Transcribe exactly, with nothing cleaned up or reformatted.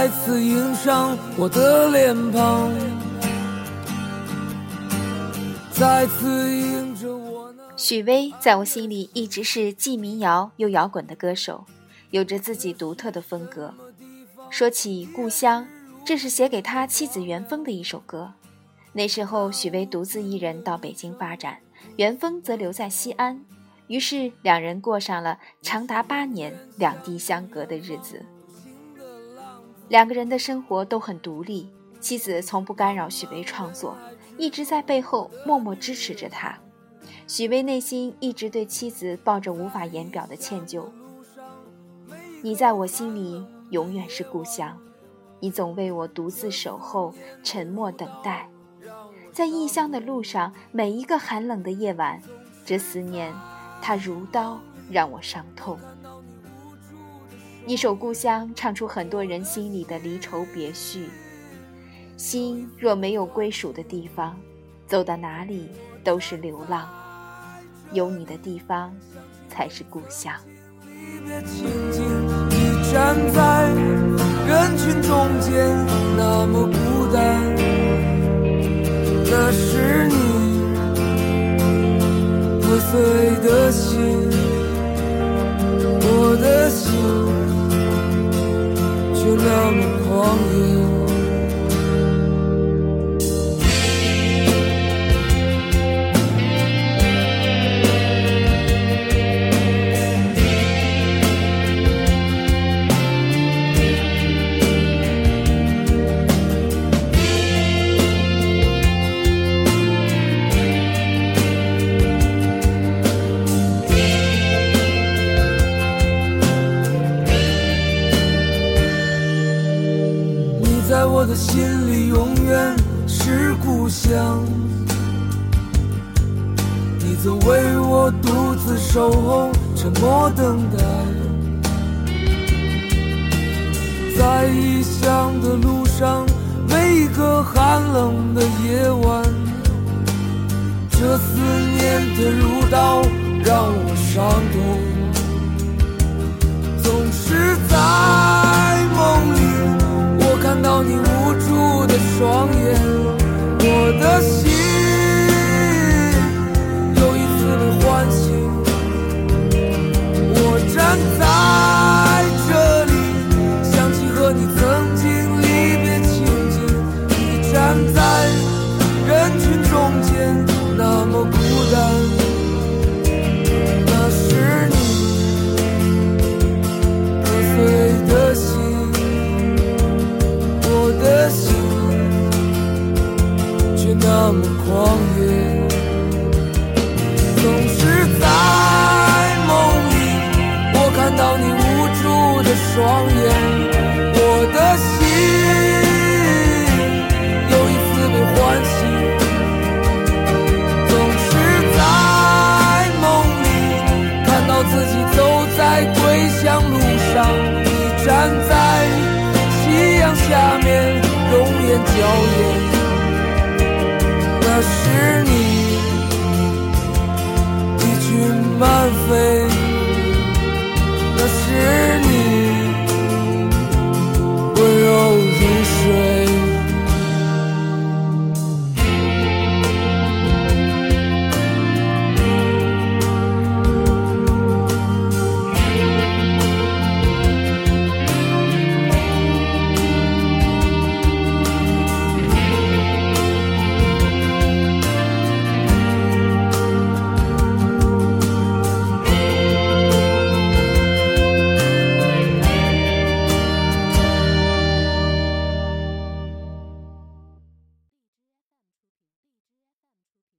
再次映上我的脸庞，再次映着我那。 许巍在我心里一直是既民谣又摇滚的歌手，有着自己独特的风格。说起故乡，这是写给他妻子袁峰的一首歌。那时候许巍独自一人到北京发展，袁峰则留在西安，于是两人过上了长达八年两地相隔的日子。两个人的生活都很独立，妻子从不干扰许巍创作，一直在背后默默支持着他。许巍内心一直对妻子抱着无法言表的歉疚。你在我心里永远是故乡，你总为我独自守候，沉默等待。在异乡的路上，每一个寒冷的夜晚，这思念它如刀让我伤痛。一首故乡唱出很多人心里的离愁别绪。心若没有归属的地方，走到哪里都是流浪，有你的地方才是故乡。 离别情景，你站在人群中间，那么孤单，那是你破碎的心，我的心却那么狂野。在我的心里永远是故乡，你总为我独自守候，沉默等待。在异乡的路上，每一个寒冷的夜晚，这思念的如刀让我伤痛。总是在梦里看到你无助的双眼，我的心又一次被唤醒。我站在这里，想起和你曾经离别情景。你站在人群中间，那么孤单，那是你破碎的心，我的心却那么狂野。总是在梦里，我看到你无助的双眼，